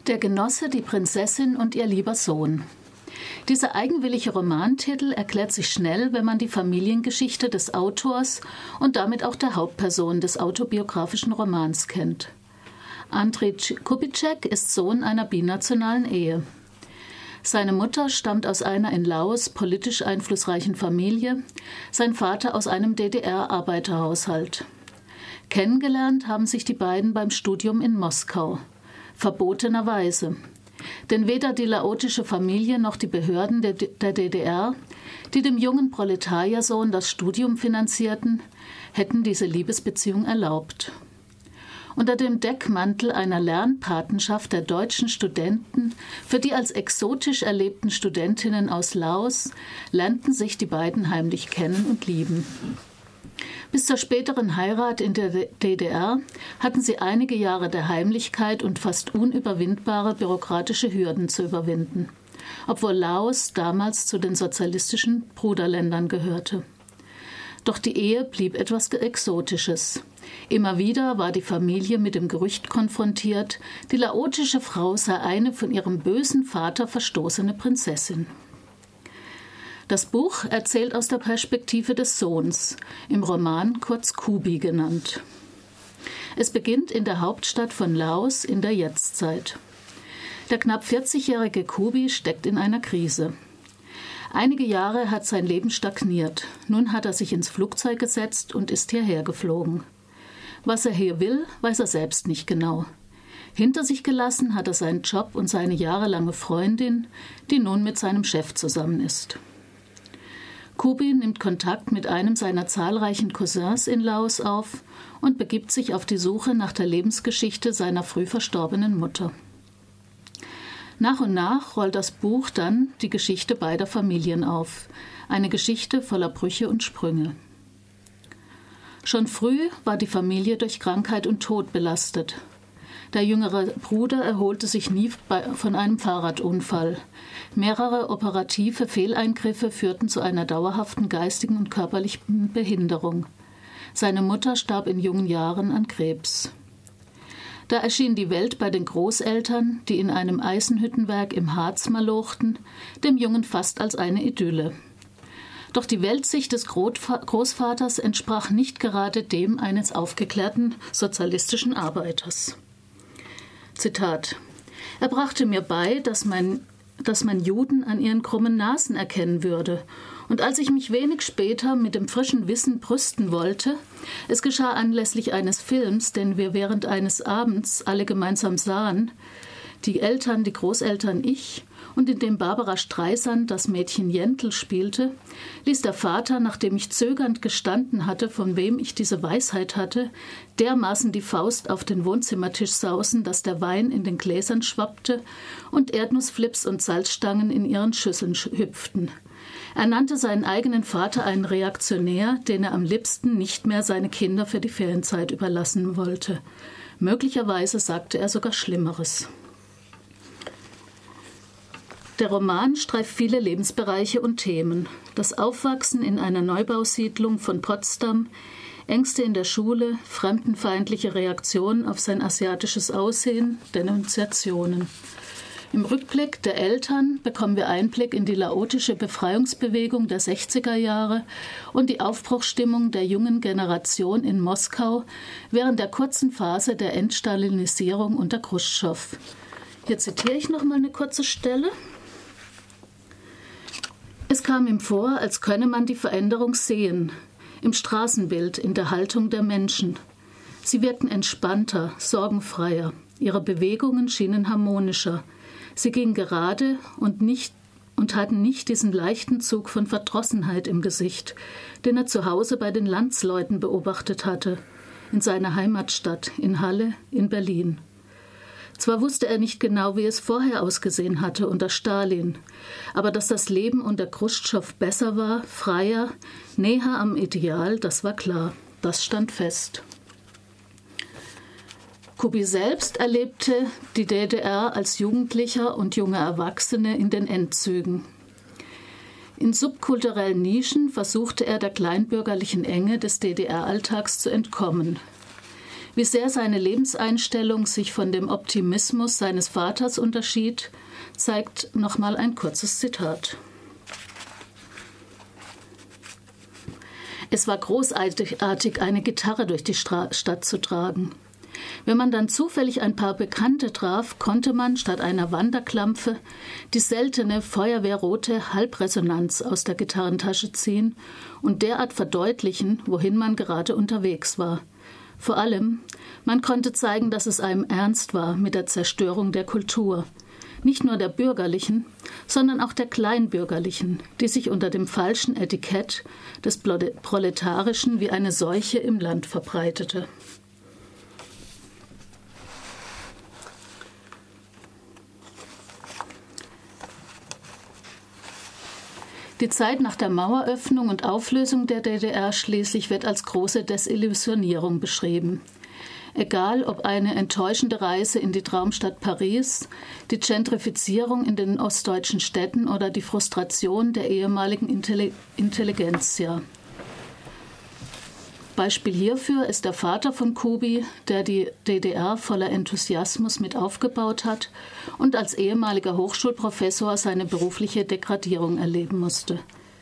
Der Genosse, die Prinzessin und ihr lieber Sohn. Dieser eigenwillige Romantitel erklärt sich schnell, wenn man die Familiengeschichte des Autors und damit auch der Hauptperson des autobiografischen Romans kennt. Andrej Kubitschek ist Sohn einer binationalen Ehe. Seine Mutter stammt aus einer in Laos politisch einflussreichen Familie, sein Vater aus einem DDR-Arbeiterhaushalt. Kennengelernt haben sich die beiden beim Studium in Moskau. Verbotenerweise. Denn weder die laotische Familie noch die Behörden der DDR, die dem jungen Proletariersohn das Studium finanzierten, hätten diese Liebesbeziehung erlaubt. Unter dem Deckmantel einer Lernpatenschaft der deutschen Studenten für die als exotisch erlebten Studentinnen aus Laos lernten sich die beiden heimlich kennen und lieben. Bis zur späteren Heirat in der DDR hatten sie einige Jahre der Heimlichkeit und fast unüberwindbare bürokratische Hürden zu überwinden, obwohl Laos damals zu den sozialistischen Bruderländern gehörte. Doch die Ehe blieb etwas Exotisches. Immer wieder war die Familie mit dem Gerücht konfrontiert, die laotische Frau sei eine von ihrem bösen Vater verstoßene Prinzessin. Das Buch erzählt aus der Perspektive des Sohns, im Roman kurz Kubi genannt. Es beginnt in der Hauptstadt von Laos in der Jetztzeit. Der knapp 40-jährige Kubi steckt in einer Krise. Einige Jahre hat sein Leben stagniert. Nun hat er sich ins Flugzeug gesetzt und ist hierher geflogen. Was er hier will, weiß er selbst nicht genau. Hinter sich gelassen hat er seinen Job und seine jahrelange Freundin, die nun mit seinem Chef zusammen ist. Kubi nimmt Kontakt mit einem seiner zahlreichen Cousins in Laos auf und begibt sich auf die Suche nach der Lebensgeschichte seiner früh verstorbenen Mutter. Nach und nach rollt das Buch dann die Geschichte beider Familien auf, eine Geschichte voller Brüche und Sprünge. Schon früh war die Familie durch Krankheit und Tod belastet. Der jüngere Bruder erholte sich nie von einem Fahrradunfall. Mehrere operative Fehleingriffe führten zu einer dauerhaften geistigen und körperlichen Behinderung. Seine Mutter starb in jungen Jahren an Krebs. Da erschien die Welt bei den Großeltern, die in einem Eisenhüttenwerk im Harz malochten, dem Jungen fast als eine Idylle. Doch die Weltsicht des Großvaters entsprach nicht gerade dem eines aufgeklärten sozialistischen Arbeiters. Zitat: Er brachte mir bei, dass man Juden an ihren krummen Nasen erkennen würde. Und als ich mich wenig später mit dem frischen Wissen brüsten wollte, es geschah anlässlich eines Films, den wir während eines Abends alle gemeinsam sahen, die Eltern, die Großeltern, ich, und in dem Barbara Streisand das Mädchen Jentl spielte, ließ der Vater, nachdem ich zögernd gestanden hatte, von wem ich diese Weisheit hatte, dermaßen die Faust auf den Wohnzimmertisch sausen, dass der Wein in den Gläsern schwappte und Erdnussflips und Salzstangen in ihren Schüsseln hüpften. Er nannte seinen eigenen Vater einen Reaktionär, den er am liebsten nicht mehr seine Kinder für die Ferienzeit überlassen wollte. Möglicherweise sagte er sogar Schlimmeres. Der Roman streift viele Lebensbereiche und Themen. Das Aufwachsen in einer Neubausiedlung von Potsdam, Ängste in der Schule, fremdenfeindliche Reaktionen auf sein asiatisches Aussehen, Denunziationen. Im Rückblick der Eltern bekommen wir Einblick in die laotische Befreiungsbewegung der 60er Jahre und die Aufbruchsstimmung der jungen Generation in Moskau während der kurzen Phase der Entstalinisierung unter Chruschtschow. Hier zitiere ich noch mal eine kurze Stelle. Es kam ihm vor, als könne man die Veränderung sehen, im Straßenbild, in der Haltung der Menschen. Sie wirkten entspannter, sorgenfreier, ihre Bewegungen schienen harmonischer. Sie gingen gerade und hatten nicht diesen leichten Zug von Verdrossenheit im Gesicht, den er zu Hause bei den Landsleuten beobachtet hatte, in seiner Heimatstadt, in Halle, in Berlin. Zwar wusste er nicht genau, wie es vorher ausgesehen hatte unter Stalin, aber dass das Leben unter Chruschtschow besser war, freier, näher am Ideal, das war klar, das stand fest. Kubi selbst erlebte die DDR als Jugendlicher und junge Erwachsene in den Endzügen. In subkulturellen Nischen versuchte er der kleinbürgerlichen Enge des DDR-Alltags zu entkommen. Wie sehr seine Lebenseinstellung sich von dem Optimismus seines Vaters unterschied, zeigt nochmal ein kurzes Zitat. Es war großartig, eine Gitarre durch die Stadt zu tragen. Wenn man dann zufällig ein paar Bekannte traf, konnte man statt einer Wanderklampfe die seltene feuerwehrrote Halbresonanz aus der Gitarrentasche ziehen und derart verdeutlichen, wohin man gerade unterwegs war. Vor allem, man konnte zeigen, dass es einem ernst war mit der Zerstörung der Kultur. Nicht nur der bürgerlichen, sondern auch der kleinbürgerlichen, die sich unter dem falschen Etikett des Proletarischen wie eine Seuche im Land verbreitete. Die Zeit nach der Maueröffnung und Auflösung der DDR schließlich wird als große Desillusionierung beschrieben. Egal ob eine enttäuschende Reise in die Traumstadt Paris, die Gentrifizierung in den ostdeutschen Städten oder die Frustration der ehemaligen Intelligenzia. Beispiel hierfür ist der Vater von Kubi, der die DDR voller Enthusiasmus mit aufgebaut hat und als ehemaliger Hochschulprofessor seine berufliche Degradierung erleben musste.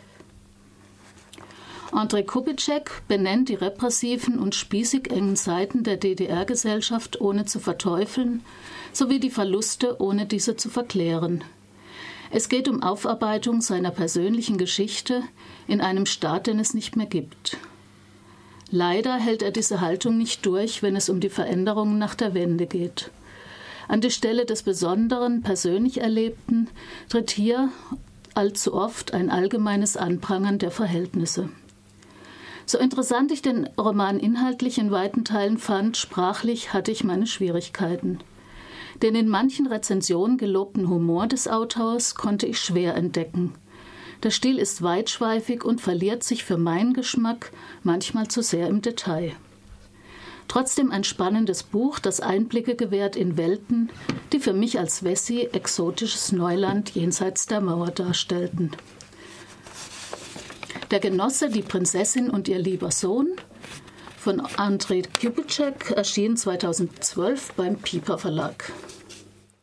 Andrei Kubitschek benennt die repressiven und spießig engen Seiten der DDR-Gesellschaft ohne zu verteufeln, sowie die Verluste ohne diese zu verklären. Es geht um Aufarbeitung seiner persönlichen Geschichte in einem Staat, den es nicht mehr gibt. Leider hält er diese Haltung nicht durch, wenn es um die Veränderungen nach der Wende geht. An die Stelle des Besonderen, persönlich Erlebten tritt hier allzu oft ein allgemeines Anprangern der Verhältnisse. So interessant ich den Roman inhaltlich in weiten Teilen fand, sprachlich hatte ich meine Schwierigkeiten. Den in manchen Rezensionen gelobten Humor des Autors konnte ich schwer entdecken. Der Stil ist weitschweifig und verliert sich für meinen Geschmack manchmal zu sehr im Detail. Trotzdem ein spannendes Buch, das Einblicke gewährt in Welten, die für mich als Wessi exotisches Neuland jenseits der Mauer darstellten. Der Genosse, die Prinzessin und ihr lieber Sohn von Andrei Kubitschek erschien 2012 beim Piper Verlag.